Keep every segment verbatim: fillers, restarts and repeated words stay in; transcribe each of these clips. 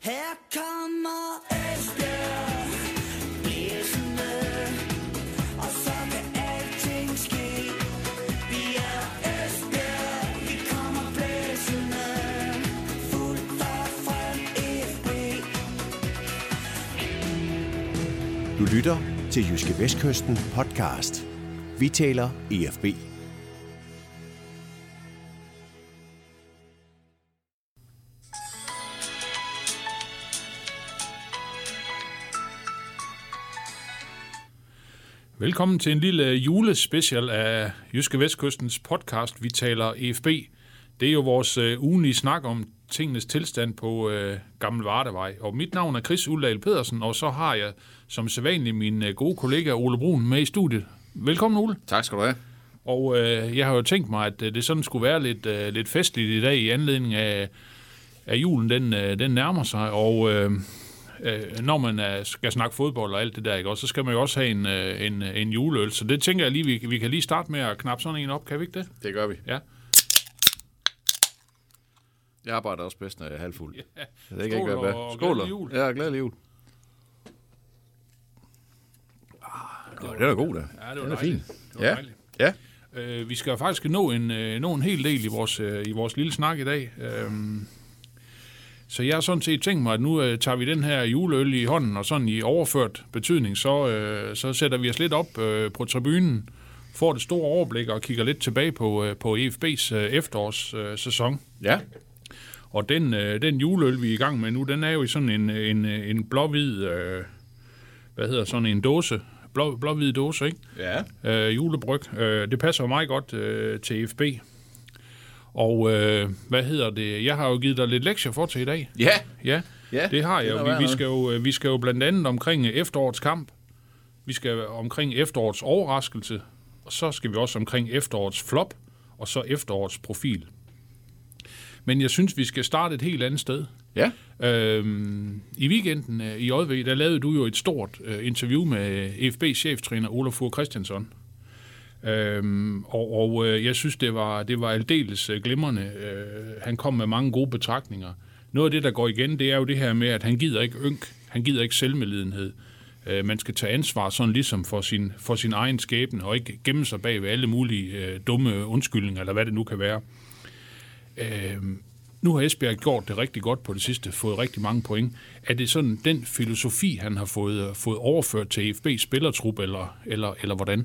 Her kommer Esbjerg blæsende, og så kan alting ske. Vi er Esbjerg, vi kommer blæsende, fuldt og frem F B. Du lytter til Jyske Vestkysten podcast. Vi taler E F B. Velkommen til en lille julespecial af Jyske Vestkystens podcast, Vi taler E F B. Det er jo vores øh, ugenlige snak om tingenes tilstand på øh, Gammel Vardevej. Og mit navn er Chris Uldal Pedersen, og så har jeg som sædvanlig min øh, gode kollega Ole Brun med i studiet. Velkommen, Ole. Tak skal du have. Og øh, jeg har jo tænkt mig, at øh, det sådan skulle være lidt, øh, lidt festligt i dag i anledning af, af julen, den, øh, den nærmer sig, og... Øh, når man skal snakke fodbold og alt det der, ikke? Og så skal man jo også have en, en, en juleøl. Så det tænker jeg lige, vi, vi kan lige starte med at knappe sådan en op. Kan vi ikke det? Det gør vi. Ja. Jeg arbejder også bedst, når jeg er halvfuld. Ja. Det kan ikke være og Skål glædelig jul. Ja, glædelig jul. Ah, det, var, det er god, da. Ja, det var den er dejligt. fin. Det var Ja. dejligt. Ja. Øh, vi skal faktisk nå en, nå en hel del i vores, i vores lille snak i dag. Øh, Så jeg har sådan set tænkt mig, at nu øh, tager vi den her juleøl i hånden, og sådan i overført betydning, så, øh, så sætter vi os lidt op øh, på tribunen, får det store overblik og kigger lidt tilbage på, øh, på E F B's øh, efterårssæson. Øh, Ja. og den, øh, den juleøl, vi er i gang med nu, den er jo i sådan en, en, en blå-hvid, øh, hvad hedder sådan en dåse, blå, blå-hvid dåse, ikke? Ja. Øh, julebryg. Øh, det passer jo meget godt øh, til E F B. Og øh, hvad hedder det? Jeg har jo givet dig lidt lektier for til i dag. Ja. Ja, Ja, det har jeg det jo. er Vi, vi, skal jo. Vi skal jo blandt andet omkring efterårets kamp. Vi skal omkring efterårets overraskelse. Og så skal vi også omkring efterårets flop. Og så efterårets profil. Men jeg synes, vi skal starte et helt andet sted. Ja. Øhm, I weekenden øh, i J V, der lavede du jo et stort øh, interview med E F B's cheftræner Olafur Christiansson. Øhm, og og øh, jeg synes, det var, det var aldeles øh, glimrende. Øh, han kom med mange gode betragtninger. Noget af det, der går igen, det er jo det her med, at han gider ikke ynk, han gider ikke selvmedlidenhed. Øh, man skal tage ansvar sådan ligesom for sin, for sin egen skæbne, og ikke gemme sig bag ved alle mulige øh, dumme undskyldninger, eller hvad det nu kan være. Øh, nu har Esbjerg gjort det rigtig godt på det sidste, fået rigtig mange point. Er det sådan den filosofi, han har fået, fået overført til E F B's spillertrup, eller, eller, eller hvordan?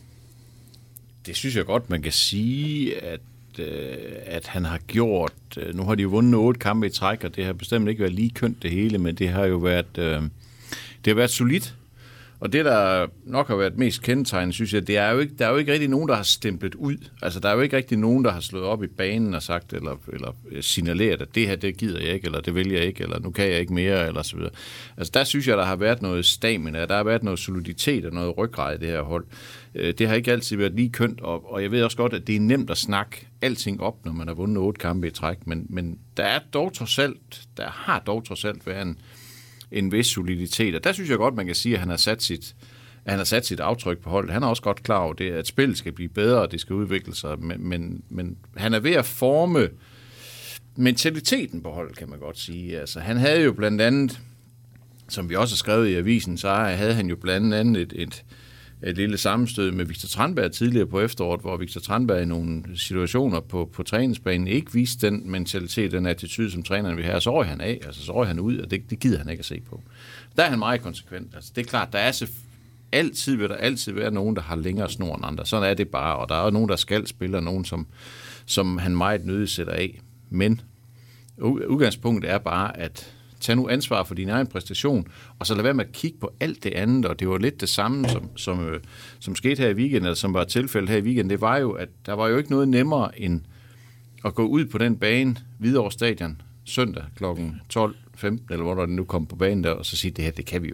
Det synes jeg godt, man kan sige, at, øh, at han har gjort. Øh, nu har de jo vundet otte kampe i træk, og det har bestemt ikke været lige kønt det hele, men det har jo været, øh, det har været solidt. Og det, der nok har været mest kendetegnende, synes jeg, det er jo ikke, der er jo ikke rigtig nogen, der har stemplet ud. Altså, der er jo ikke rigtig nogen, der har slået op i banen og sagt, eller, eller signaleret, at det her, det gider jeg ikke, eller det vil jeg ikke, eller nu kan jeg ikke mere, eller så videre. Altså, der synes jeg, der har været noget stamina, der har været noget soliditet og noget ryggrad i det her hold. Det har ikke altid været lige kønt, og, og jeg ved også godt, at det er nemt at snakke alting op, når man har vundet otte kampe i træk, men, men der er dog trods alt, der har dog trods alt været en en vis soliditet, og der synes jeg godt, man kan sige, at han har sat sit, at han har sat sit aftryk på holdet. Han er også godt klar over det, at spillet skal blive bedre, og det skal udvikle sig, men, men, men han er ved at forme mentaliteten på holdet, kan man godt sige. Altså, han havde jo blandt andet, som vi også har skrevet i avisen, så havde han jo blandt andet et, et, et lille sammenstød med Victor Tranberg tidligere på efteråret, hvor Victor Tranberg i nogle situationer på, på træningsbanen ikke viste den mentalitet, den attitude, som træneren vil have, og så røg han af, altså så røg han ud, og det, det gider han ikke at se på. Der er han meget konsekvent. Altså, det er klart, der er så altid, vil der altid være nogen, der har længere snor end andre. Sådan er det bare, og der er nogen, der skal spille, og nogen, som, som han meget nødigt sætter af. Men udgangspunktet er bare, at tag nu ansvar for din egen præstation, og så lad være med at kigge på alt det andet, og det var lidt det samme, som, som, øh, som skete her i weekenden, eller som var tilfældet her i weekenden. Det var jo, at der var jo ikke noget nemmere end at gå ud på den bane, Hvidovre Stadion, søndag klokken tolv femten, eller hvor der nu kom på banen der, og så sige, det her, det kan vi jo ikke.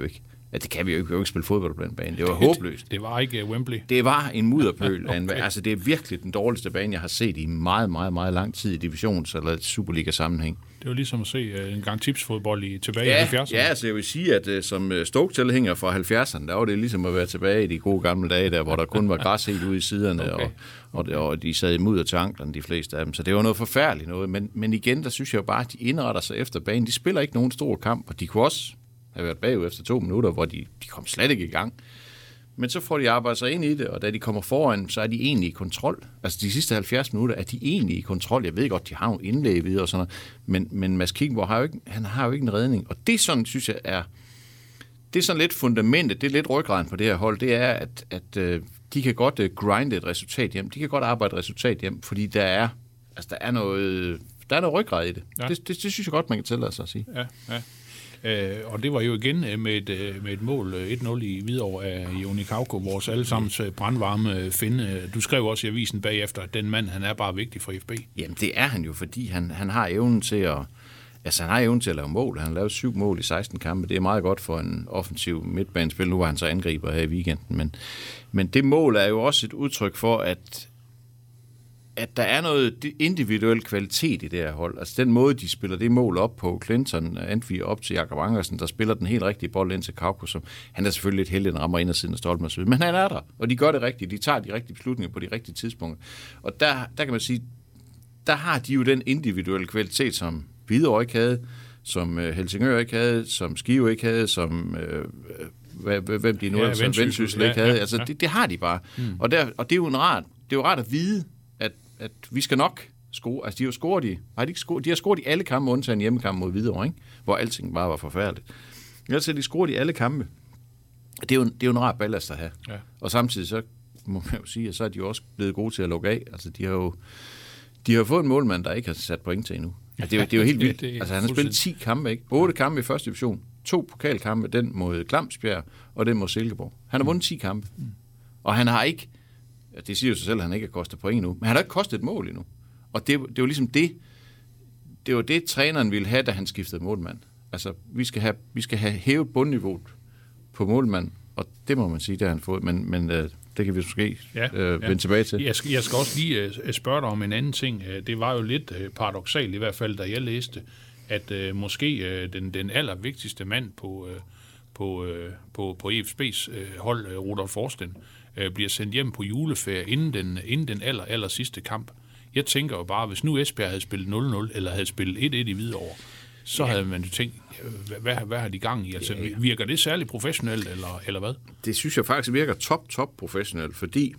at det kan vi jo ikke, vi jo ikke spille fodbold på den bane. Det var det, håbløst. Det var ikke Wembley. Det var en mudderpøl. Okay. En, altså, det er virkelig den dårligste bane, jeg har set i meget, meget, meget lang tid i divisions- eller Superliga-sammenhæng. Det var ligesom at se en gang tipsfodbold i tilbage ja, i halvfjerdserne. Ja, altså jeg vil sige, at uh, som Stoke-tilhænger fra halvfjerdserne, der var det ligesom at være tilbage i de gode gamle dage, der hvor der kun var græs helt ude i siderne, okay. og, og, og de sad i mudder til anklerne, de fleste af dem. Så det var noget forfærdeligt noget. Men, men igen, der synes jeg jo bare, at de indretter sig efter banen. De spiller ikke nogen stor kamp, og de kunne også have været bagud efter to minutter, hvor de, de kom slet ikke i gang. Men så får de arbejdet sig ind i det, og da de kommer foran, så er de egentlig i kontrol. Altså de sidste halvfjerds minutter er de egentlig i kontrol. Jeg ved godt, de har nogle indlæg videre og sådan noget, men, men Mads Kickenborg har jo ikke, han har jo ikke en redning. Og det sådan, synes jeg, er, det er sådan lidt fundamentet, det er lidt ryggraden på det her hold, det er, at, at uh, de kan godt uh, grinde et resultat hjem. De kan godt arbejde et resultat hjem, fordi der er, altså, der er noget, der er noget ryggrad i det. Ja. Det, det. Det synes jeg godt, man kan tillade sig at sige. Ja, ja. Øh, og det var jo igen med et, med et mål et nul i Hvidovre af Joni Kauko, vores allesammens brandvarme finde. Du skrev også i avisen bagefter, at den mand, han er bare vigtig for F B. Jamen det er han jo, fordi han, han har evnen til at altså han har evnen til at lave mål. Han har lavet syv mål i seksten kampe. Det er meget godt for en offensiv midtbanespil. Nu var han så angriber her i weekenden, men, men det mål er jo også et udtryk for, at at der er noget individuel kvalitet i det her hold. Altså den måde, de spiller det mål op på, Clinton, Antvi op til Jakob Ankersen, der spiller den helt rigtige bold ind til Kauko, som han er selvfølgelig lidt heldig, den rammer ind og siden af Stoltmans ud. Men han er der, og de gør det rigtigt. De tager de rigtige beslutninger på de rigtige tidspunkter. Og der, der kan man sige, der har de jo den individuelle kvalitet, som Hvidovre ikke havde, som Helsingør ikke havde, som Skive ikke havde, som øh, hvem de nu ja, er, som Vendsyssel ikke havde. Ja, ja, altså ja. det, det har de bare. Mm. Og, der, og det er jo en rart, det er jo rart at vide, at at vi skal nok score. Altså, de har scoret i, har de, ikke scoret, de har scoret i alle kampe, undtagen hjemmekamp mod Hvidovre, ikke? Hvor alting bare var forfærdeligt. Ellers har de scoret i alle kampe. Det er jo, det er jo en rar ballast at have. Ja. Og samtidig så må man jo sige, at så er de jo også blevet gode til at lukke af. Altså, de har jo de har fået en målmand, der ikke har sat point til endnu. Altså, det, er jo, det er jo helt vildt. Altså, han har spillet ti kampe, ikke? otte kampe i første division, to pokalkampe, den mod Klamsbjerg og den mod Silkeborg. Han har vundet ti kampe. Mm. Og han har ikke det siger jo sig selv, at han ikke har kostet point endnu. Men han har ikke kostet et mål endnu. Og det, det var ligesom det, det var det, træneren ville have, da han skiftede målmand. Altså, vi skal have, vi skal have hævet bundniveauet på målmand, og det må man sige, det har han fået. Men, men øh, det kan vi måske ja, øh, vende ja. tilbage til. Jeg skal, jeg skal også lige øh, spørge dig om en anden ting. Det var jo lidt øh, paradoksalt, i hvert fald, da jeg læste, at øh, måske øh, den, den allervigtigste mand på, øh, på, øh, på, på E F B's øh, hold, øh, Rudolf Forsten, bliver sendt hjem på juleferie inden den, inden den aller, aller sidste kamp. Jeg tænker jo bare, hvis nu Esbjerg havde spillet nul nul, eller havde spillet et et i Hvidovre, så ja. havde man jo tænkt, hvad, hvad har de gang i? Altså, ja, ja. Virker det særligt professionelt, eller, eller hvad? Det synes jeg faktisk virker top, top professionelt, fordi,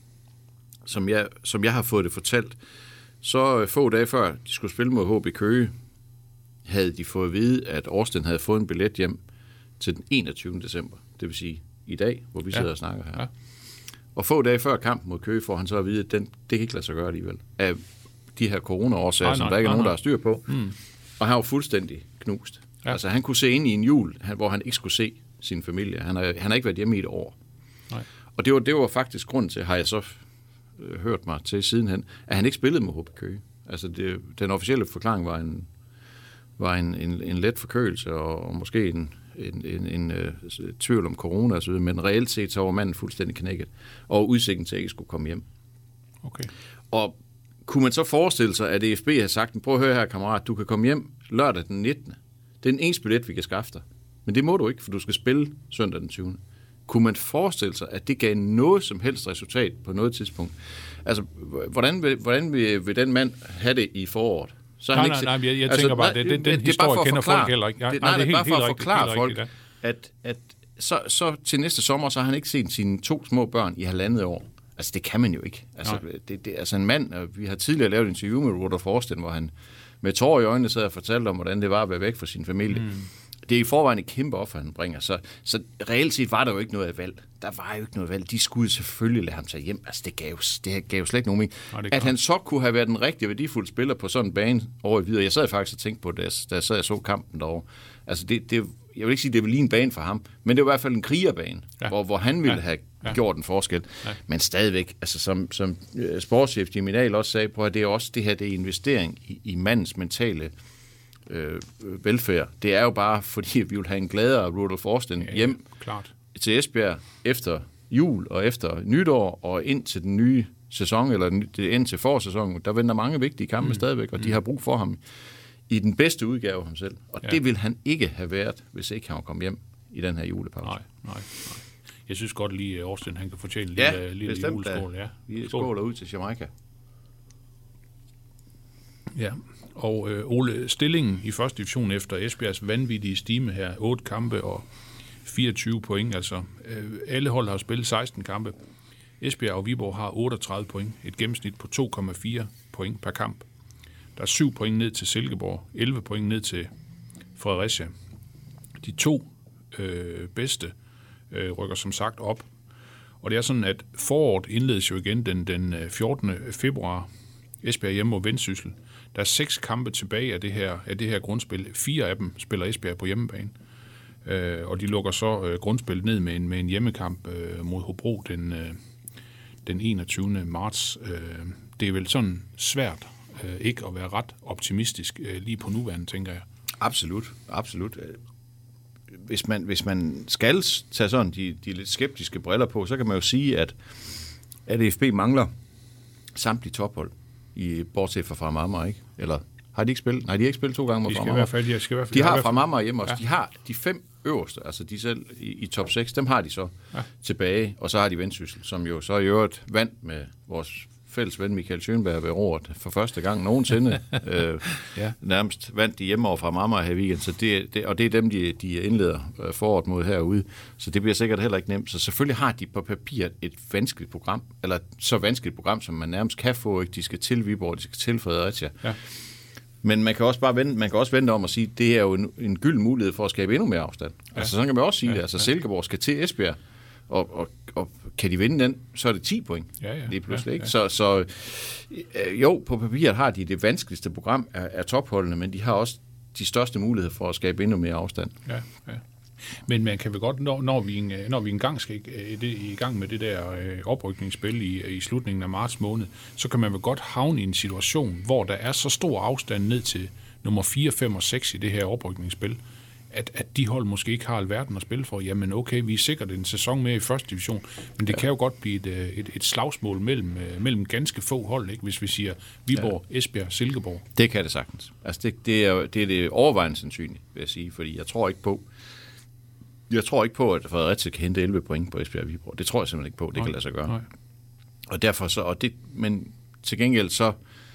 som jeg, som jeg har fået det fortalt, så få dage før de skulle spille mod H B Køge, havde de fået at vide, at Årsten havde fået en billet hjem til den enogtyvende december. Det vil sige i dag, hvor vi sidder ja. og snakker her. Ja. Og få dage før kampen mod Køge får han så at vide, at den, det kan ikke lade sig gøre alligevel. Af de her corona-årsager, som der ikke er nogen, der har styr på. Mm. Og han var fuldstændig knust. Ja. Altså han kunne se ind i en jul, hvor han ikke skulle se sin familie. Han har, han har ikke været hjemme i et år. Nej. Og det var, det var faktisk grunden til, har jeg så øh, hørt mig til sidenhen, at han ikke spillede med H B Køge. Altså det, den officielle forklaring var en, var en, en, en let forkølelse, og, og måske en en, en, en øh, tvivl om corona og så videre, men reelt set så var manden fuldstændig knækket, og udsigten til at ikke skulle komme hjem. Okay. Og kunne man så forestille sig, at E F B har sagt, prøv at høre her, kammerat, du kan komme hjem lørdag den nittende. Det er den eneste billet, vi kan skaffe dig. Men det må du ikke, for du skal spille søndag den tyvende. Kunne man forestille sig, at det gav noget som helst resultat på noget tidspunkt? Altså, hvordan vil, hvordan vil, vil den mand have det i foråret? Så nej, han nej, ikke, nej, jeg, jeg altså, tænker bare, det, den, den historie kender forklare, folk heller ikke. Ja, det, nej, nej, det er bare helt, for at helt forklare rigtigt, folk, rigtigt, ja. at, at så, så til næste sommer, så har han ikke set sine to små børn i halvandet år. Altså, det kan man jo ikke. Altså, det, det, altså en mand, vi har tidligere lavet et interview med Rudolf Forsten, hvor han med tårer i øjnene sad og fortalte om, hvordan det var at være væk fra sin familie. Mm. Det er i forvejen et kæmpe offer, han bringer. Så, så reelt set var der jo ikke noget af valg. Der var jo ikke noget valg. De skulle selvfølgelig lade ham tage hjem. Altså, det gav jo, det gav jo slet ikke nogen mening. At han så kunne have været en rigtig værdifuld spiller på sådan en bane over i videre. Jeg sad faktisk og tænkte på det, da jeg sad og så kampen derovre. Altså, det, det, jeg vil ikke sige, det var lige en bane for ham, men det var i hvert fald en krigerbane, ja. hvor, hvor han ville ja. have ja. gjort en forskel. Ja. Men stadigvæk, altså som, som sportschef Jimmy Dahl også sagde på, at det er også det her, det er investering i, i mandens mentale øh, velfærd. Det er jo bare, fordi vi vil have en gladere Rudolf Austin Ja, hjem klart. til Esbjerg efter jul og efter nytår og ind til den nye sæson, eller ind til forsæsonen. Der venter mange vigtige kampe mm. stadigvæk, og de har brug for ham i den bedste udgave af ham selv. Og ja. det vil han ikke have været, hvis ikke han var kommet hjem i den her julepause. Nej, nej, nej. Jeg synes godt lige, at Austin han kan fortjene en ja, lille, lille bestemt, juleskål. Ja, vi skåler ud til Jamaica. Ja, og øh, Ole, stillingen i første division efter Esbjergs vanvittige stime her, otte kampe og fireogtyve point, altså øh, alle hold har spillet seksten kampe. Esbjerg og Viborg har otteogtredive point, et gennemsnit på to komma fire point per kamp. Der er syv point ned til Silkeborg, elleve point ned til Fredericia. De to øh, bedste øh, rykker som sagt op, og det er sådan, at foråret indledes jo igen den, den fjortende februar. Esbjerg hjemme mod Vendsyssel. Der er seks kampe tilbage af det her, af det her grundspil. Fire af dem spiller Esbjerg på hjemmebane. Øh, og de lukker så øh, grundspillet ned med en, med en hjemmekamp øh, mod Hobro den, øh, den enogtyvende marts. Øh, det er vel sådan svært øh, ikke at være ret optimistisk øh, lige på nuværende, tænker jeg. Absolut, absolut. Hvis man, hvis man skal tage sådan de, de lidt skeptiske briller på, så kan man jo sige, at, at F B mangler samtlige tophold, i, bortset fra Fremad Amager, ikke? Eller har de ikke spillet? Nej, de har ikke spillet to gange mod Fremad Amager. De, skal i hvert fald, de har Fremad Amager hjemme også. Ja. De har de fem øverste, altså de selv i, i top seks, dem har de så ja. tilbage, og så har de Vendsyssel, som jo så i øvrigt vandt med vores fælles ven Michael Schönberg ved roret for første gang nogensinde. øh, ja. Nærmest vandt de hjemme over fra Amager her i weekend, så det, det, og det er dem, de, de indleder foråret mod herude. Så det bliver sikkert heller ikke nemt. Så selvfølgelig har de på papir et vanskeligt program, eller så vanskeligt program, som man nærmest kan få. Ikke? De skal til Viborg, de skal til Fredericia. Ja. Men man kan også bare vente, man kan også vente om at sige, at det er jo en, en gylden mulighed for at skabe endnu mere afstand. Ja. Altså sådan kan man også sige ja. det. Altså Silkeborg skal til Esbjerg, og, og, og kan de vinde den, så er det ti point. Ja, ja. Lige pludselig, ikke? Ja, ja. Så, så øh, jo, på papiret har de det vanskeligste program af, af topholdene, men de har også de største muligheder for at skabe endnu mere afstand. Ja, ja. Men man kan vel godt, når, når, vi, når vi engang skal i gang med det der øh, oprykningsspil i, i slutningen af marts måned, så kan man vel godt havne i en situation, hvor der er så stor afstand ned til nummer fire, fem og seks i det her oprykningsspil, at, at de hold måske ikke har alverden at spille for. Jamen okay, vi er sikkert en sæson mere i første division, men det ja. kan jo godt blive et, et, et slagsmål mellem, mellem ganske få hold, ikke? Hvis vi siger Viborg, ja. Esbjerg, Silkeborg. Det kan det sagtens. Altså det, det, er, det er det overvejende sandsynligt, vil jeg sige, fordi jeg tror ikke på, jeg tror ikke på, at Fredericia kan hente elleve point på Esbjerg og Viborg. Det tror jeg simpelthen ikke på, det nej, kan lade sig gøre. Nej. Og derfor så, og det, men til gengæld så,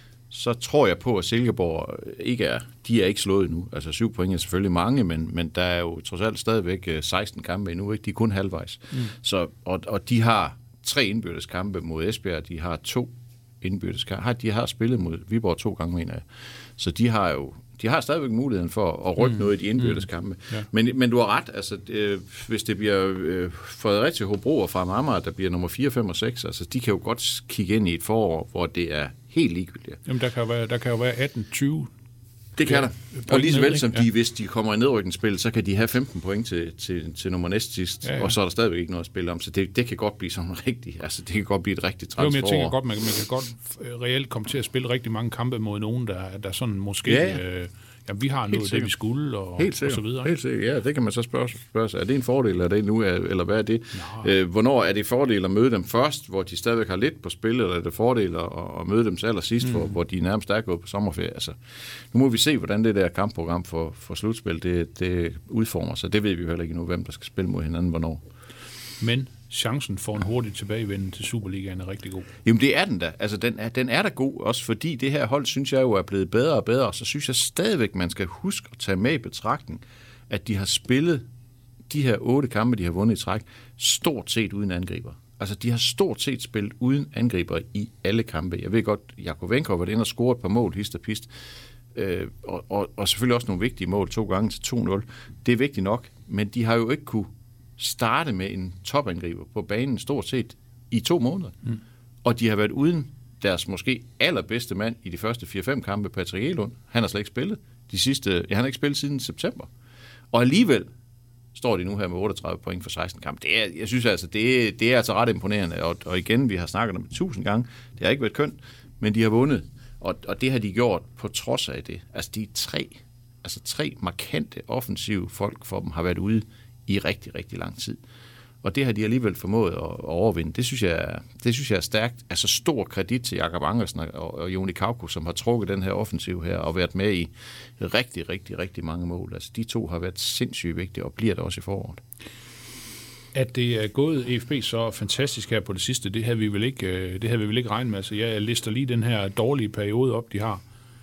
så tror jeg på, at Silkeborg ikke er, de er ikke slået endnu. Altså syv point er selvfølgelig mange, men, men der er jo trods alt stadigvæk seksten kampe endnu, ikke? De er kun halvvejs. Mm. Så, og, og de har tre indbyrdes kampe mod Esbjerg, de har to indbyrdes kampe. De har spillet mod Viborg to gange, mener jeg. Så de har jo de har stadigvæk muligheden for at rykke mm. noget i de indbyrdes kampe. Mm. Ja. Men, men du har ret, altså det, hvis det bliver øh, Fredericia, Hobro og Fremad Amager, der bliver nummer fire, fem og seks, altså de kan jo godt kigge ind i et forår, hvor det er helt ligegyldigt. Jamen der kan jo være, der kan jo være atten tyve. Det kan der. Og lige så vel som de, ja. hvis de kommer i nedrykningsspil, så kan de have femten point til, til, til nummer næst sidst, ja, ja. og så er der stadigvæk ikke noget at spille om. Så det, det kan godt blive sådan rigtigt, altså det kan godt blive et rigtigt transfer. Jo, men jeg tænker godt, man, man kan godt reelt komme til at spille rigtig mange kampe mod nogen, der, der sådan måske... Ja. Øh, ja, vi har noget det, vi skulle, og, og så videre. Helt sikkert, ja. Det kan man så spørge, spørge sig. Er det en fordel, eller er det nu, eller hvad er det? Øh, hvornår er det fordel at møde dem først, hvor de stadigvæk har lidt på spil, eller er det fordel at, at møde dem til allersidst, mm. hvor, hvor de nærmest er gået på sommerferie? Altså, nu må vi se, hvordan det der kampprogram for, for slutspil, det, det udformer sig. Det ved vi jo heller ikke nu, hvem der skal spille mod hinanden, hvornår. Men chancen for en hurtig tilbagevenden til Superligaen er rigtig god. Jamen det er den da. Altså den er, den er da god, også fordi det her hold, synes jeg jo er blevet bedre og bedre, og så synes jeg stadigvæk, man skal huske at tage med i betragtning, at de har spillet de her otte kampe, de har vundet i træk, stort set uden angriber. Altså de har stort set spillet uden angriber i alle kampe. Jeg ved godt, Jakob Venkov var inde og score et par mål, hist og pist, øh, og, og, og selvfølgelig også nogle vigtige mål, to gange til to nul. Det er vigtigt nok, men de har jo ikke kunne starte med en topangriber på banen stort set i to måneder. Mm. Og de har været uden deres måske allerbedste mand i de første fire fem kampe, Patrick Egelund. Han har slet ikke spillet. De sidste, ja, han har ikke spillet siden september. Og alligevel står de nu her med otteogtredive point for seksten kampe. Det er, jeg synes altså, det, det er altså ret imponerende. Og, og igen, vi har snakket om tusind gange. Det har ikke været kønt, men de har vundet. Og, og det har de gjort på trods af det. Altså, de er tre altså tre markante offensive folk for dem har været ude i rigtig, rigtig lang tid. Og det har de alligevel formået at overvinde. Det synes jeg, det synes jeg er stærkt. Altså stor kredit til Jakob Ankersen og, og Joni Kauko, som har trukket den her offensiv her og været med i rigtig, rigtig, rigtig mange mål. Altså de to har været sindssygt vigtige og bliver det også i foråret. At det er gået E F B så fantastisk her på det sidste, det havde vi vel ikke, det havde vi vel ikke regnet med. Altså jeg lister lige den her dårlige periode op, de har.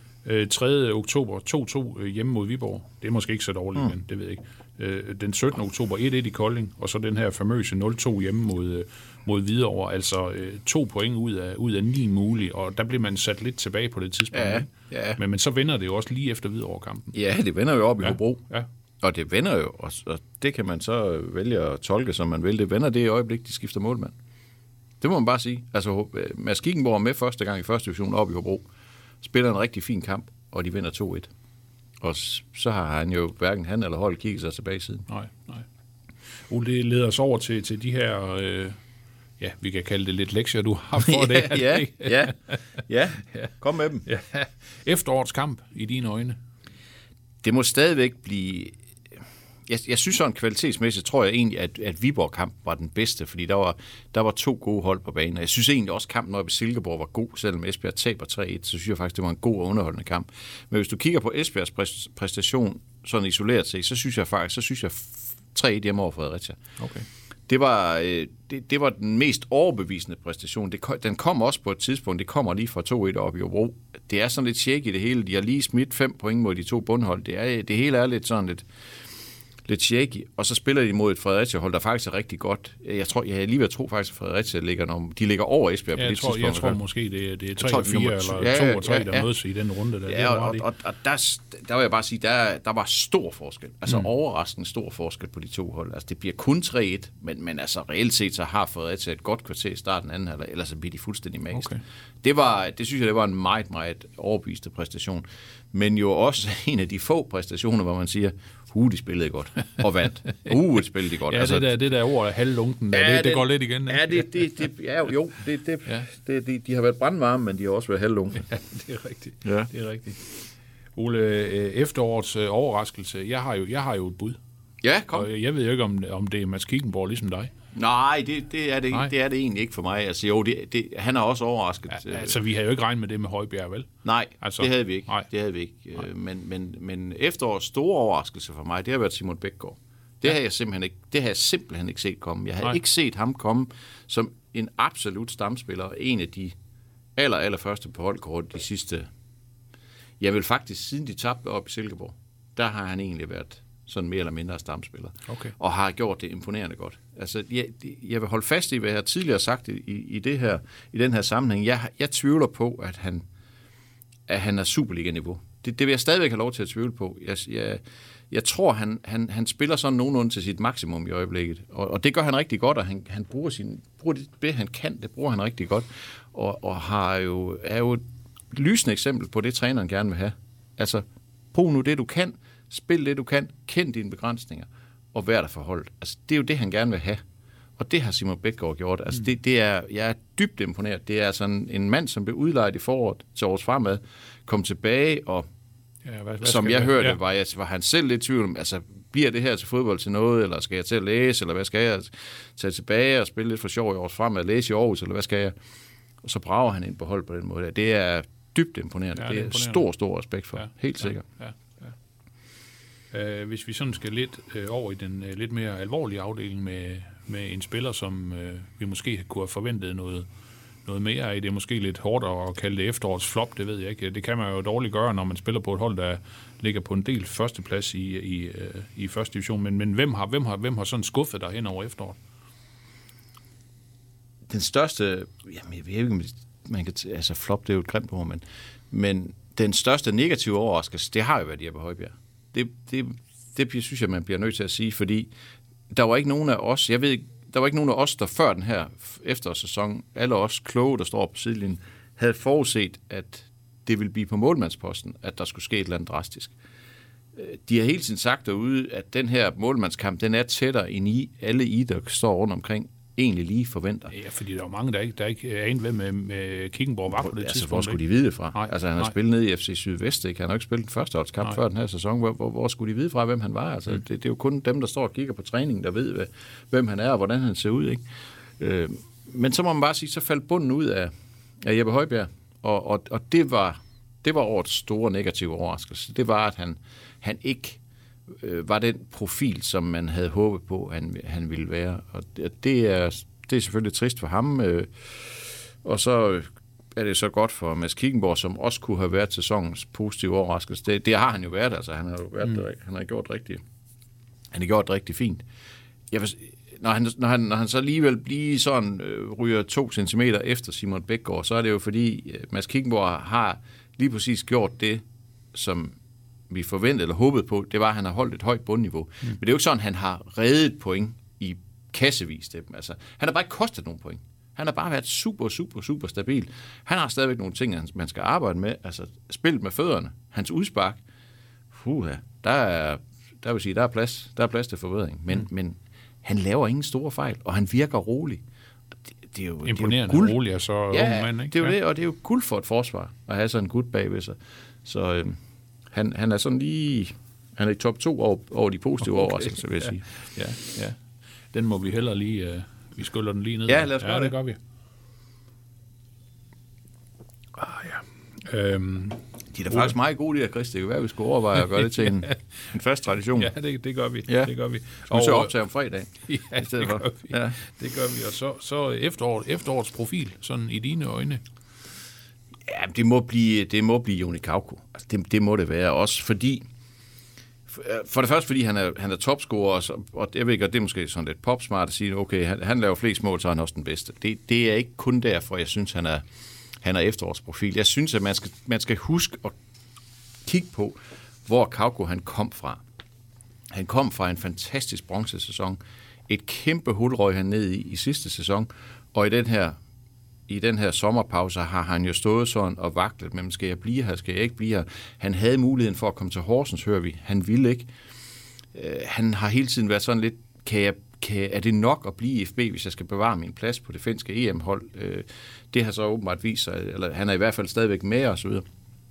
tredje oktober to to hjemme mod Viborg. Det er måske ikke så dårligt, mm. men det ved jeg ikke. Den syttende oktober et et i Kolding, og så den her famøse nul to hjemme mod, mod Hvidovre. Altså to point ud af, ud af ni mulige, og der bliver man sat lidt tilbage på det tidspunkt. Ja, ja. Men, men så vender det jo også lige efter Hvidovre-kampen. Ja, det vender jo op i ja. Hobro. Ja. Og det vender jo, og, og det kan man så vælge at tolke, som man vil. Det vender det i øjeblik, de skifter målmand. Det må man bare sige. Altså, Mads Kickenborg er med første gang i første division op i Hobro. Spiller en rigtig fin kamp, og de vinder to et. Og så har han jo hverken han eller hold kigget sig tilbage siden. Nej, nej. Ole, det leder os over til, til de her, øh, ja, vi kan kalde det lidt lektier, du har for det. ja, ja, ja, ja. Kom med dem. Ja. Efterårets kamp i dine øjne. Det må stadigvæk blive... Jeg, jeg synes sådan kvalitetsmæssigt, tror jeg egentlig, at, at Viborg-kamp var den bedste, fordi der var, der var to gode hold på banen. Jeg synes egentlig også, at kampen oppe i Silkeborg var god, selvom Esbjerg taber tre et, så synes jeg faktisk, det var en god og underholdende kamp. Men hvis du kigger på Esbjergs præstation sådan isoleret set, så synes jeg faktisk, så synes jeg tre et hjemme over Fredericia. Okay. Det var, det, det var den mest overbevisende præstation. Det, den kom også på et tidspunkt, det kommer lige fra to et op i Hobro. Det er sådan lidt shaky det hele. De har lige smidt fem point mod de to bundhold. Det, er, det hele er lidt sådan lidt... lidt shaky, og så spiller de mod et Fredericia-hold, der faktisk er rigtig godt. Jeg tror, jeg lige ved tro faktisk, at Fredericia ligger, når de ligger over Esbjerg ja, på det tror, tidspunkt. Jeg tror måske, det er, det er tre fire eller to og tre, ja, ja, der mødes i den runde. Der. Ja, og, og, og, og der, der vil jeg bare sige, der, der var stor forskel. Altså mm. overraskende stor forskel på de to hold. Altså det bliver kun tre et, men, men altså reelt set, så har Fredericia et godt kvarter i starten anden halvleg, ellers så bliver de fuldstændig magisk. Okay. Det, var, det synes jeg, det var en meget, meget overbeviste præstation. Men jo også en af de få præstationer, hvor man siger, uh, de spillede godt, og vandt. Uh, det spillede de godt. Ja, altså, det, der, det der ord af halvlunken, ja, det, det, det går lidt igen. Ja, det, det, det, ja jo, det, det, ja. det, de, de har været brandvarme, men de har også været halvlunken. Ja, det er rigtigt. Ja. Det er rigtigt. Ole, efterårets overraskelse, jeg har jo, jeg har jo et bud. Ja, kom. Og jeg ved jo ikke, om, om det er Mads Kickenborg ligesom dig. Nej, det, det, er det, Nej. det er det egentlig ikke for mig. Altså, jo, det, det, han er også overrasket. Ja, altså, vi havde jo ikke regnet med det med Højbjerg, vel? Nej, altså, det havde vi ikke. Nej. Det havde vi ikke. Men, men, men efterårets store overraskelse for mig, det har været Simon Bækgaard. Det ja. har jeg simpelthen ikke, det har jeg simpelthen ikke set komme. Jeg har Nej. ikke set ham komme som en absolut stamspiller, en af de aller, aller første på holdkortet de sidste. Jeg vil faktisk, siden de tabte op i Silkeborg, der har han egentlig været sådan mere eller mindre stamspiller, okay. og har gjort det imponerende godt. Altså, jeg, jeg vil holde fast i, hvad jeg tidligere har sagt i, i, det her, i den her sammenhæng. Jeg, jeg tvivler på, at han, at han er Superliga-niveau. Det, det vil jeg stadigvæk have lov til at tvivle på. Jeg, jeg, jeg tror, han, han, han spiller sådan nogenlunde til sit maksimum i øjeblikket, og, og det gør han rigtig godt, og han, han bruger, sin, bruger det, det, han kan, det bruger han rigtig godt, og, og har jo, er jo et lysende eksempel på det, træneren gerne vil have. Altså, brug nu det, du kan, spil det, du kan, kend dine begrænsninger, og vær der for holdet. Altså, det er jo det, han gerne vil have. Og det har Simon Bækgaard gjort. Altså, det, det er, jeg er dybt imponeret. Det er sådan en mand, som blev udlejet i foråret til års fremad, kom tilbage, og ja, hvad, hvad som jeg hørte, ja. var, jeg, var han selv lidt i tvivl om, altså, bliver det her til fodbold til noget, eller skal jeg til at læse, eller hvad skal jeg tage tilbage og spille lidt for sjov i års fremad, læse i Aarhus, eller hvad skal jeg? Og så brager han ind på hold på den måde. Det er dybt imponerende. Ja, det er, det er stor, stor respekt for. Ja, helt sikkert. Ja, ja. Uh, hvis vi sådan skal lidt uh, over i den uh, lidt mere alvorlige afdeling med, med en spiller, som uh, vi måske kunne have forventet noget, noget mere af. Det er måske lidt hårdt at kalde det efterårets flop, det ved jeg ikke. Det kan man jo dårligt gøre, når man spiller på et hold, der ligger på en del førsteplads i, i, uh, i første division. Men, men hvem, har, hvem, har, hvem har sådan skuffet dig hen over efteråret? Den største, jamen jeg ved ikke, man kan t- altså flop, det er jo et grimt ord, men, men den største negative overraskelse, det har jo været Jeppe Højbjerg. Det, det, det synes jeg, man bliver nødt til at sige, fordi der var ikke nogen af os, jeg ved der var ikke nogen af os, der før den her efterårssæson, alle os kloge, der står på sidelinjen, havde forudset, at det ville blive på målmandsposten, at der skulle ske et eller andet drastisk. De har hele tiden sagt derude, at den her målmandskamp, den er tættere end I, alle I, der står rundt omkring, egentlig lige forventer. Ja, fordi der er jo mange, der ikke, der ikke anede, hvem med, med Kickenborg var på det altså, tidspunkt. hvor skulle de vide det fra? Nej, altså, han har nej. spillet ned i F C Sydvest, ikke? Han har ikke spillet den første årskamp før den her sæson. Hvor, hvor, hvor skulle de vide fra, hvem han var? Altså, mm. det, det er jo kun dem, der står og kigger på træningen, der ved, hvem han er og hvordan han ser ud, ikke? Øh, men så må man bare sige, så faldt bunden ud af, af Jeppe Højbjerg, og, og, og det var det var årets store negative overraskelse. Det var, at han, han ikke øh, var den profil, som man havde håbet på, han, han ville være. Og det, det, er, det er selvfølgelig trist for ham. Øh, og så er det så godt for Mads Kickenborg, som også kunne have været sæsonens positive overraskelse. Det, det har han jo været. Altså, han har jo været, mm. han har gjort rigtig, han har gjort det rigtig fint. Jeg vil, når, han, når, han, når han så alligevel bliver sådan øh, ryger to centimeter efter Simon Bækgaard, så er det jo fordi øh, Mads Kickenborg har lige præcis gjort det, som vi forventede eller håbede på. Det var, at han har holdt et højt bundniveau. Mm. Men det er jo ikke sådan, at han har reddet point i kassevis. Altså, han har bare ikke kostet nogen point. Han har bare været super, super, super stabil. Han har stadigvæk nogle ting, man skal arbejde med. Altså, spillet med fødderne. Hans udspark. Puha, der er, der vil sige, der er plads, der er plads til forbedring. Men, mm. men han laver ingen store fejl, og han virker rolig. Det, det er jo, imponerende det er jo rolig, og så ja, ung mand, ikke? det er jo ja. det, og det er jo guld for et forsvar at have sådan en gut bagved sig. Så øh, han, han er sådan lige, han er i top to over, over de positive okay. overraskelser, vil jeg ja. sige. Ja, ja. Den må vi heller lige, uh, vi skyller den lige ned. Ja, lad os gøre ja, det. det. gør vi. Ah, ja. Øhm, De er da faktisk meget gode, de her, Chris. Det kan være, vi skulle overveje at gøre det til en, en fast tradition. Ja, det, det gør vi. Ja. Det gør vi. Og så optage om fredag. Ja, det gør for. vi. Ja. Det gør vi. Og så, så efterår, efterårets profil, sådan i dine øjne. Ja, det må blive, det må blive Joni Kauko. Altså, det, det må det være også, fordi for det første, fordi han er, han er topscorer, og, så, og jeg ved ikke, og det er måske sådan lidt popsmart at sige, okay, han, han laver flest mål, så er han også den bedste. Det, det er ikke kun derfor, jeg synes, han er, han er efterårsprofil. Jeg synes, at man skal, man skal huske at kigge på, hvor Kauko han kom fra. Han kom fra en fantastisk bronzesæson. Et kæmpe hul røg han ned i i sidste sæson, og i den her I den her sommerpause har han jo stået sådan og vaklet, men skal jeg blive her, skal jeg ikke blive her? Han havde muligheden for at komme til Horsens, hører vi. Han ville ikke. Øh, han har hele tiden været sådan lidt, kan jeg, kan, er det nok at blive i F B, hvis jeg skal bevare min plads på det finske E M-hold? Øh, det har så åbenbart vist sig, eller han er i hvert fald stadigvæk med og så videre.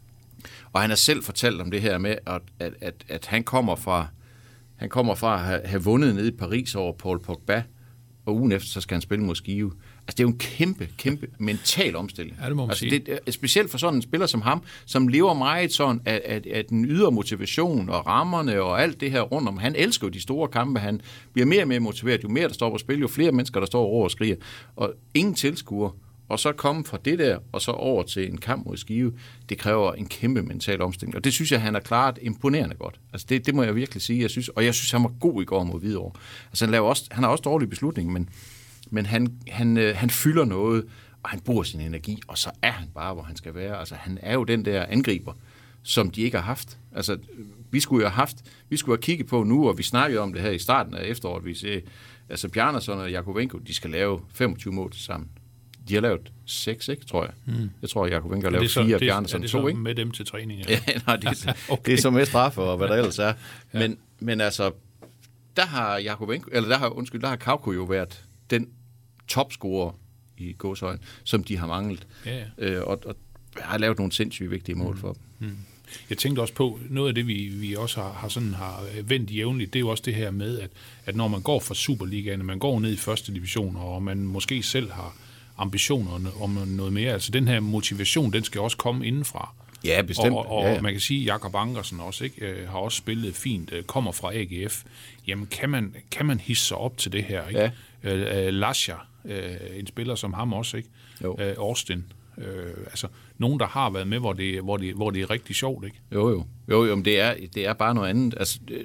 Og han har selv fortalt om det her med, at, at, at, at han kommer fra, han kommer fra at have, have vundet nede i Paris over Paul Pogba, og ugen efter, så skal han spille mod Skive. Altså, det er jo en kæmpe, kæmpe mental omstilling. Ja, det må man altså, sige. Det er specielt for sådan en spiller som ham, som lever meget sådan af, af, af den ydre motivation og rammerne og alt det her rundt om. Han elsker jo de store kampe. Han bliver mere og mere motiveret. Jo mere der står på spil, jo flere mennesker, der står over og skriger. Og ingen tilskuer. Og så komme fra det der, og så over til en kamp mod Skive, det kræver en kæmpe mental omstilling. Og det synes jeg, han har klaret imponerende godt. Altså det, det må jeg virkelig sige. Jeg synes, og jeg synes, han var god i går mod Hvidovre. Altså han, laver også, han har også dårlige beslutninger, men, men han, han, øh, han fylder noget, og han bruger sin energi, og så er han bare, hvor han skal være. Altså han er jo den der angriber, som de ikke har haft. Altså vi skulle jo have haft, vi skulle have kigget på nu, og vi snakkede om det her i starten af efteråret, vi siger, altså Bjarnason og Jakovenko, de skal lave femogtyve mål til sammen. De har lavet seks, ikke, tror jeg. Mm. Jeg tror, at Jakob Wenker har lavet fire, og Bjarnason to, ikke? Med dem til træning? Ja, nej, det, okay. Det er så med straffe, og hvad der ellers er. Ja. Men, men altså, der har Jakob Wenker, eller der har, undskyld, der har Kauko jo været den topscorer i gåsøjne, som de har manglet. Ja, ja. Øh, og, og har lavet nogle sindssygt vigtige mål mm. for dem. Mm. Jeg tænkte også på, noget af det, vi, vi også har, har, sådan, har vendt jævnligt, det er jo også det her med, at, at når man går fra Superligaen, man går ned i første division, og man måske selv har ambitioner om noget mere. Altså den her motivation, den skal også komme indenfra. Ja, bestemt. Og, og ja, ja. man kan sige, at Jakob Ankersen også, ikke, har også spillet fint, kommer fra A G F. Jamen, kan man, kan man hisse sig op til det her? Ikke? Ja. Uh, Lascia, uh, en spiller som ham også, ikke? Uh, Austin. Uh, altså, nogen, der har været med, hvor det, hvor det, hvor det er rigtig sjovt, ikke? Jo, jo. Jo, jo, men det er, det er bare noget andet. Altså, det,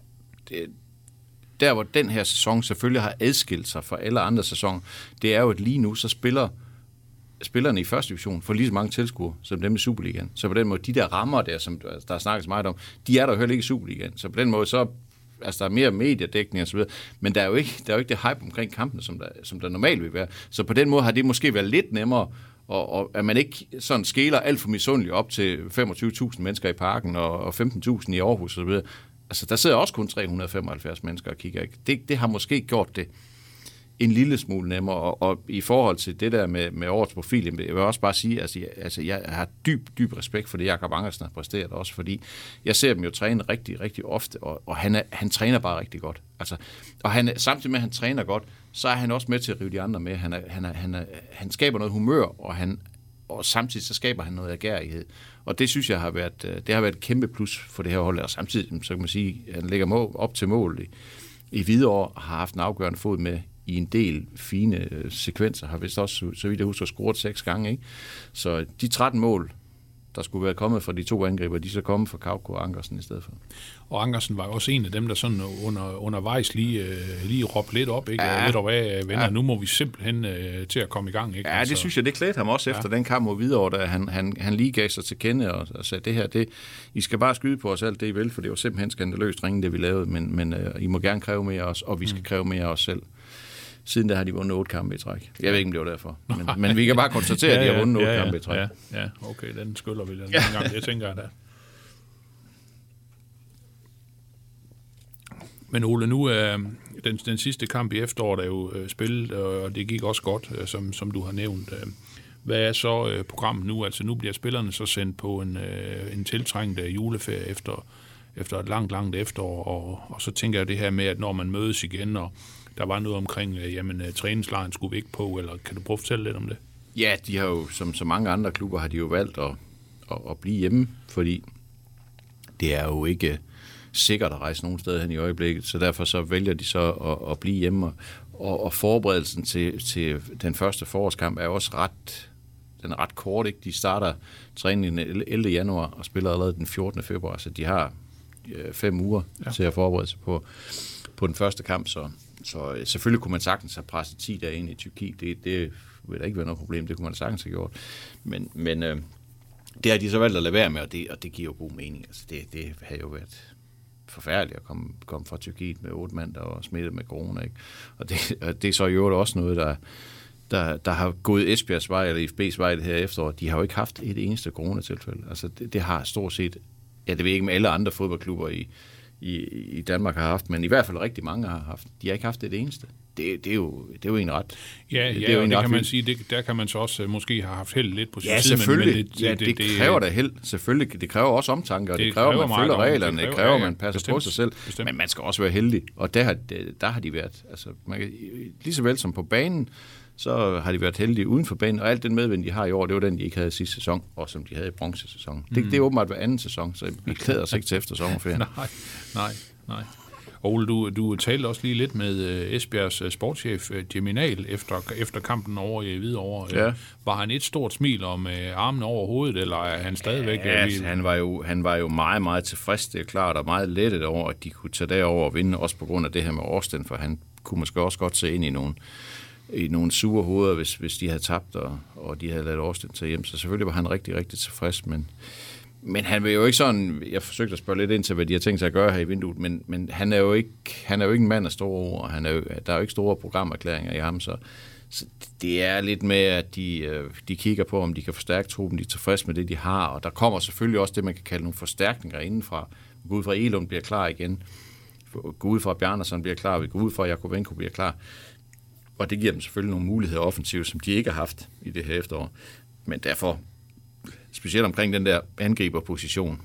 det der, hvor den her sæson selvfølgelig har adskilt sig fra alle andre sæsoner, det er jo, at lige nu, så spiller spillerne i første division for lige så mange tilskuere, som dem i Superligaen. Så på den måde, de der rammer der, som der er snakket meget om, de er der jo heller ikke i Superligaen. Så på den måde, så altså, der er mere mediedækning og så videre, men der er jo ikke, der er jo ikke det hype omkring kampene, som der, som der normalt vil være. Så på den måde har det måske været lidt nemmere, og, og at man ikke sådan skeler alt for misundeligt op til femogtyve tusind mennesker i parken og, og femten tusind i Aarhus og så videre. Altså, der sidder også kun tre hundrede og femoghalvfjerds mennesker og kigger, ikke? Det, det har måske gjort det en lille smule nemmere, og, og i forhold til det der med, med årets profil, jeg vil også bare sige, altså, jeg, altså jeg har dyb, dyb respekt for det, Jakob Ankersen har præsteret også, fordi jeg ser dem jo træne rigtig, rigtig ofte, og, og han, er, han træner bare rigtig godt. Altså, og han, samtidig med, at han træner godt, så er han også med til at rive de andre med. Han, er, han, er, han, er, han skaber noget humør, og, han, og samtidig så skaber han noget agerighed. Og det synes jeg har været, det har været et kæmpe plus for det her hold, og samtidig, så kan man sige, at han lægger mål, op til mål i, i Hvidovre, har haft en afgørende fod med i en del fine øh, sekvenser, har vist også, så vidt jeg husker, scoret seks gange, ikke? Så de tretten mål, der skulle være kommet fra de to angriber, de er så kommet fra Kauko og Ankersen i stedet for. Og Ankersen var også en af dem, der sådan under, undervejs lige, øh, lige råbte lidt op, ikke? Ja. Og lidt hvad, venner, ja. Nu må vi simpelthen øh, til at komme i gang, ikke? Ja, det altså, synes jeg, det klædte ham også efter ja. den kamp mod Hvidovre, da han, han, han lige gav sig til kende og, og sagde, det her, det, I skal bare skyde på os alt det, I vil, for det var simpelthen skandaløst ringe, det vi lavede, men, men øh, I må gerne kræve mere af os, og vi skal mm. kræve mere af os selv. Siden der har de vundet otte kampe i træk. Jeg ved ikke, om det var derfor. Men, men vi kan bare konstatere, ja, at de har vundet otte ja, ja, kampe i træk. Ja, ja, okay, den skylder vi den gang. Det tænker jeg da. Men Ole, nu er den, den sidste kamp i efteråret er jo øh, spillet, og det gik også godt, øh, som, som du har nævnt. Hvad er så øh, programmet nu? Altså nu bliver spillerne så sendt på en, øh, en tiltrængt juleferie efter, efter et langt, langt efterår, og, og så tænker jeg det her med, at når man mødes igen, og der var noget omkring, jamen, træningslejren skulle vi ikke på, eller kan du prøve at fortælle lidt om det? Ja, de har jo, som så mange andre klubber, har de jo valgt at, at, at blive hjemme, fordi det er jo ikke sikkert at rejse nogen steder hen i øjeblikket, så derfor så vælger de så at, at blive hjemme, og, og forberedelsen til, til den første forårskamp er også ret, den er ret kort, ikke? De starter træningen den ellevte januar og spiller allerede den fjortende februar, så de har øh, fem uger ja. til at forberede sig på, på den første kamp, så Så selvfølgelig kunne man sagtens have presset ti dage ind i Tyrkiet. Det, det vil da ikke være noget problem. Det kunne man sagtens have gjort. Men, men øh, det har de så valgt at lade være med, og det, og det giver jo god mening. Altså det, det har jo været forfærdeligt at komme, komme fra Tyrkiet med otte mand, der var smittet med corona. Ikke? Og, det, og det er så i øvrigt også noget, der, der, der har gået Esbjergs vej, eller I F B's vej det her efterår. De har jo ikke haft et eneste coronatilfælde. Altså det, det har stort set, ja det ved jeg ikke med alle andre fodboldklubber i I, i Danmark har haft, men i hvert fald rigtig mange har haft. De har ikke haft det eneste. Det, det, er, jo, det er jo en ret. Ja, det, ja det, er jo og en det ret kan man vildt. sige, det, der kan man så også uh, måske have haft held lidt på sin ja, side. Selvfølgelig. Men, men det, ja, det, det, det kræver da held. Selvfølgelig. Det kræver også omtanke, og det, det kræver, at man følger reglerne. Det kræver, det kræver ja, ja, man passer bestemt, på sig selv. Bestemt. Men man skal også være heldig. Og der har, der har de været. Altså, man kan, lige så vel som på banen, så har de været heldige uden for banen, og alt den medvind, de har i år, det var den, de ikke havde sidste sæson, og som de havde i bronzesæsonen. Mm. Det, det er åbenbart hver anden sæson, så vi klæder os ikke til efter sommerferien. nej, nej, nej. Ole, du, du talte også lige lidt med uh, Esbjergs uh, sportschef uh, Jimmy Nahl efter, efter kampen over i Hvidovre. Ja. Uh, var han et stort smil om uh, armen over hovedet, eller er han stadigvæk... Ja, uh, han, var jo, han var jo meget, meget tilfreds, det er klart, og meget lettet over, at de kunne tage derover og vinde, også på grund af det her med Årsten, for han kunne måske også godt se ind i nogle, i nogle sure hoveder, hvis, hvis de havde tabt, og, og de havde ladet Årsten tage hjem. Så selvfølgelig var han rigtig, rigtig tilfreds, men... Men han vil jo ikke sådan, jeg forsøgte at spørge lidt ind til, hvad de har tænkt sig at gøre her i vinduet, men, men han, er jo ikke, han er jo ikke en mand af store ord, han er jo, der er jo ikke store programerklæringer i ham, så, så det er lidt med, at de, de kigger på, om de kan forstærke truppen, de er tilfredse med det, de har, og der kommer selvfølgelig også det, man kan kalde nogle forstærkninger indenfra. Vi går ud fra, at Elund bliver klar igen, gå ud fra, at Bjarnason bliver klar, vi går ud fra, at Jakovenko bliver klar, og det giver dem selvfølgelig nogle muligheder offensivt, som de ikke har haft i det her efterår, men derfor specielt omkring den der angriberposition,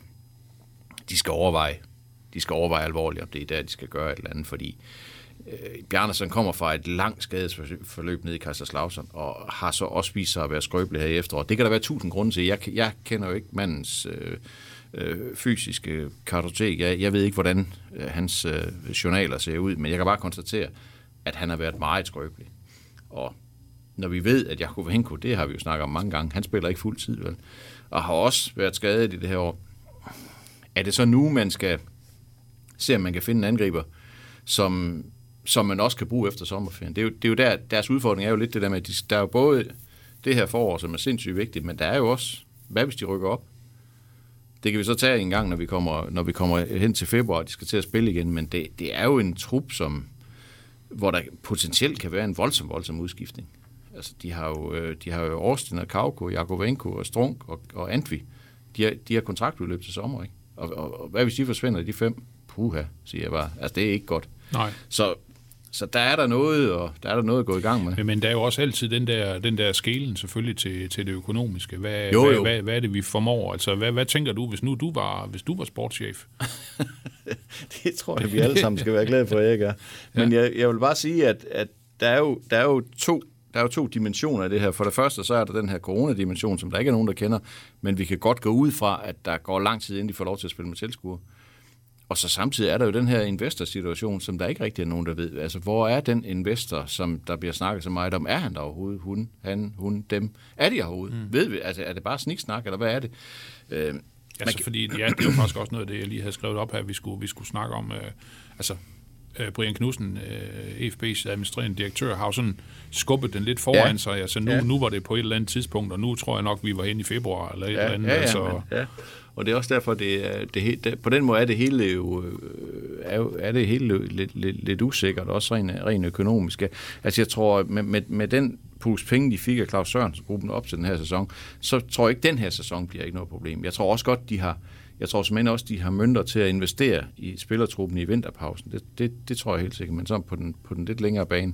de skal overveje, de skal overveje alvorligt, om det er der, de skal gøre et eller andet, fordi øh, Bjarnason kommer fra et langt skadesforløb nede i Kaiserslautern, og har så også vist sig at være skrøbelig her i efteråret. Det kan der være tusind grunde til. Jeg, jeg kender jo ikke mandens øh, øh, fysiske kartotek. Jeg, jeg ved ikke, hvordan øh, hans øh, journaler ser ud, men jeg kan bare konstatere, at han har været meget skrøbelig. Og når vi ved, at Jakovenko, det har vi jo snakket om mange gange, han spiller ikke fuld tid, vel? Og har også været skadet i det her år. Er det så nu, man skal se, om man kan finde en angriber, som, som man også kan bruge efter sommerferien? Det er jo, det er jo der, deres udfordring er jo lidt det der med, at de, der er jo både det her forår, som er sindssygt vigtigt, men der er jo også, hvad hvis de rykker op? Det kan vi så tage en gang, når vi kommer, når vi kommer hen til februar, og de skal til at spille igen, men det, det er jo en trup, som, hvor der potentielt kan være en voldsom, voldsom udskiftning. Altså, de har jo, de har jo Årsten og Kauko, Jakovenko og Strunk og, og Antvi. De har, de har kontraktudløb til sommer, ikke? Og, og, og hvad hvis de forsvinder, de fem? Puha, siger jeg bare. Altså, det er ikke godt. Nej. Så, Så der er der noget, og der er der noget at gå i gang med. Men, men der er jo også altid den der, den der skelen selvfølgelig til, til det økonomiske. Hvad, jo, hvad, jo. Hvad, hvad er det, vi formår? Altså, hvad, hvad tænker du, hvis nu du var, hvis du var sportschef? Det tror jeg, vi alle sammen skal være glade for, at jeg gør. Men ja. jeg, jeg vil bare sige, at, at der, er jo, der, er jo to, der er jo to dimensioner af det her. For det første, så er der den her coronadimension, som der ikke er nogen, der kender, men vi kan godt gå ud fra, at der går lang tid, inden de får lov til at spille med tilskuere. Og så samtidig er der jo den her investorsituation, som der ikke rigtig er nogen, der ved. Altså, hvor er den investor, som der bliver snakket så meget om? Er han der overhovedet? Hun, han, hun, dem? Er de overhovedet? Mm. Ved vi? Altså, er det bare sniksnak, eller hvad er det? Øh, altså, kan... fordi ja, det er jo faktisk også noget af det, jeg lige havde skrevet op her, vi skulle, vi skulle snakke om. Øh, altså, øh, Brian Knudsen, øh, E F B's administrerende direktør, har jo sådan skubbet den lidt foran ja. sig. Altså, nu, ja. nu var det på et eller andet tidspunkt, og nu tror jeg nok, vi var hen i februar, eller et ja, eller andet. Ja, ja, altså, men, ja. Og det er også derfor, det er, det, det, på den måde er det hele jo, er, jo, er det hele lidt, lidt, lidt usikkert, også rent, rent økonomisk. Altså jeg tror, med, med, med den pulse penge, de fik af Claus Sørensen-gruppen op til den her sæson, så tror jeg ikke, den her sæson bliver ikke noget problem. Jeg tror også godt, de har, jeg tror simpelthen også, de har mønter til at investere i spillertruppen i vinterpausen. Det, det, det tror jeg helt sikkert, men så på den, på den lidt længere bane,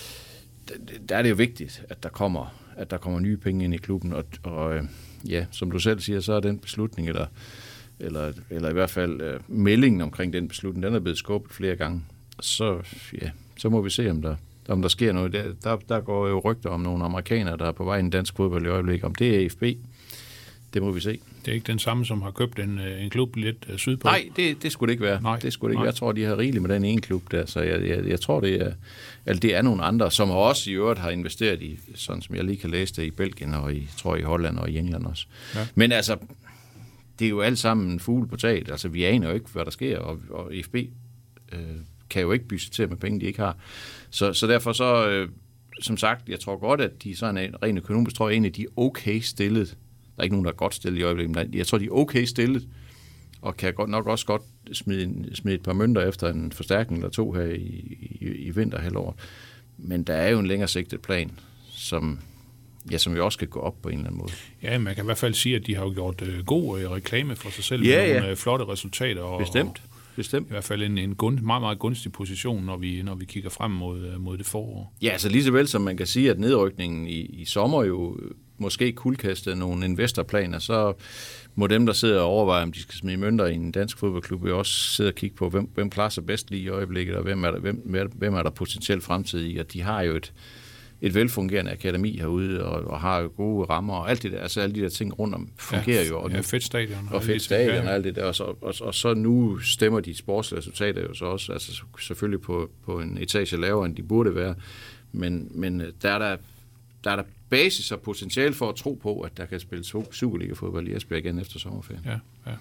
der er det jo vigtigt, at der kommer, at der kommer nye penge ind i klubben, og, og ja, som du selv siger, så er den beslutning, eller, eller, eller i hvert fald uh, meldingen omkring den beslutning, den er blevet skubbet flere gange. Så, ja, så må vi se, om der, om der sker noget. Der, der, der går jo rygter om nogle amerikanere, der er på vej i en dansk fodbold i øjeblikket. Om det er E F B, det må vi se. Det er ikke den samme, som har købt en, en klub lidt sydpå? Nej, det, det skulle det ikke være. Nej, det skulle det ikke være. Jeg tror, de har rigeligt med den ene klub der, så jeg, jeg, jeg tror, det er, altså det er nogle andre, som også i øvrigt har investeret i, sådan som jeg lige kan læse det, i Belgien og i, tror jeg, i Holland og i England også. Ja. Men altså, det er jo alt sammen en fugle på taget. Altså, vi aner jo ikke, hvad der sker, og, og E F B øh, kan jo ikke budgettere med penge, de ikke har. Så, så derfor så, øh, som sagt, jeg tror godt, at de sådan en rent økonomisk, tror jeg, en af de okay stillet. Der er ikke nogen, der er godt stillet i øjeblikket, men jeg tror, de er okay stillet, og kan godt, nok også godt smide, smide et par mønter efter en forstærkning eller to her i, i, i vinterhalvåret. Men der er jo en længere sigtet plan, som, ja, som jo også skal gå op på en eller anden måde. Ja, man kan i hvert fald sige, at de har jo gjort øh, god øh, reklame for sig selv, ja, med ja. nogle øh, flotte resultater. Og, Bestemt. Bestemt. I hvert fald en, en gun, meget, meget gunstig position, når vi, når vi kigger frem mod, mod det forår. Ja, så lige så vel som man kan sige, at nedrykningen i, i sommer jo måske kuldkastede nogle investorplaner, så må dem, der sidder og overvejer, om de skal smide mønter i en dansk fodboldklub, jo også sidde og kigge på, hvem, hvem klarer sig bedst lige i øjeblikket, og hvem er der, hvem, hvem er der potentielt fremtid i, og de har jo et, et velfungerende akademi herude, og, og har jo gode rammer, og alt det der, altså alle de der ting rundt om fungerer ja, jo. Og ja, fedt stadion. Og fedt stadion og alt det der, og så, og, og så nu stemmer de sportslige resultater jo så også, altså selvfølgelig på, på en etage lavere, end de burde være, men, men der er der, der er der basis og potentiale for at tro på, at der kan spilles Superliga-fodbold i Esbjerg igen efter sommerferien. Ja, ja.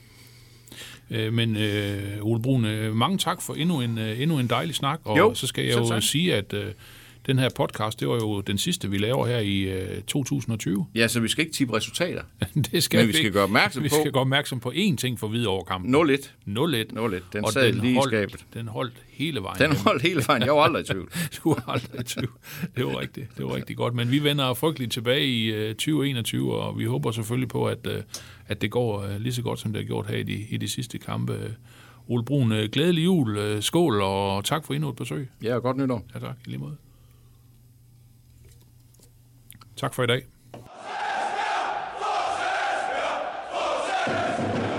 Øh, men øh, Ole Bruun, øh, mange tak for endnu en, øh, endnu en dejlig snak, og jo, så skal jeg jo tak. sige, at øh, den her podcast, det var jo den sidste, vi laver her i øh, to tusind og tyve. Ja, så vi skal ikke tippe resultater. det skal Men vi vi skal gøre opmærksom vi på... Vi skal gøre opmærksom på én ting for Hvidovre-kampen. nul et. nul et. nul et. Den og sad den lige holdt, i skabet. Den holdt hele vejen. Den holdt hele vejen. Jeg var aldrig i tvivl. Du var aldrig i tvivl. Det var rigtigt. Det var rigtig godt. Men vi vender frygteligt tilbage i uh, tyve enogtyve, og vi håber selvfølgelig på, at, uh, at det går uh, lige så godt, som det har gjort her i de, i de sidste kampe. Ole Bruun, uh, glædelig jul, uh, skål, og tak for endnu et besøg. Ja, og godt nytår. Ja, tak. I lige måde. Tak for i dag.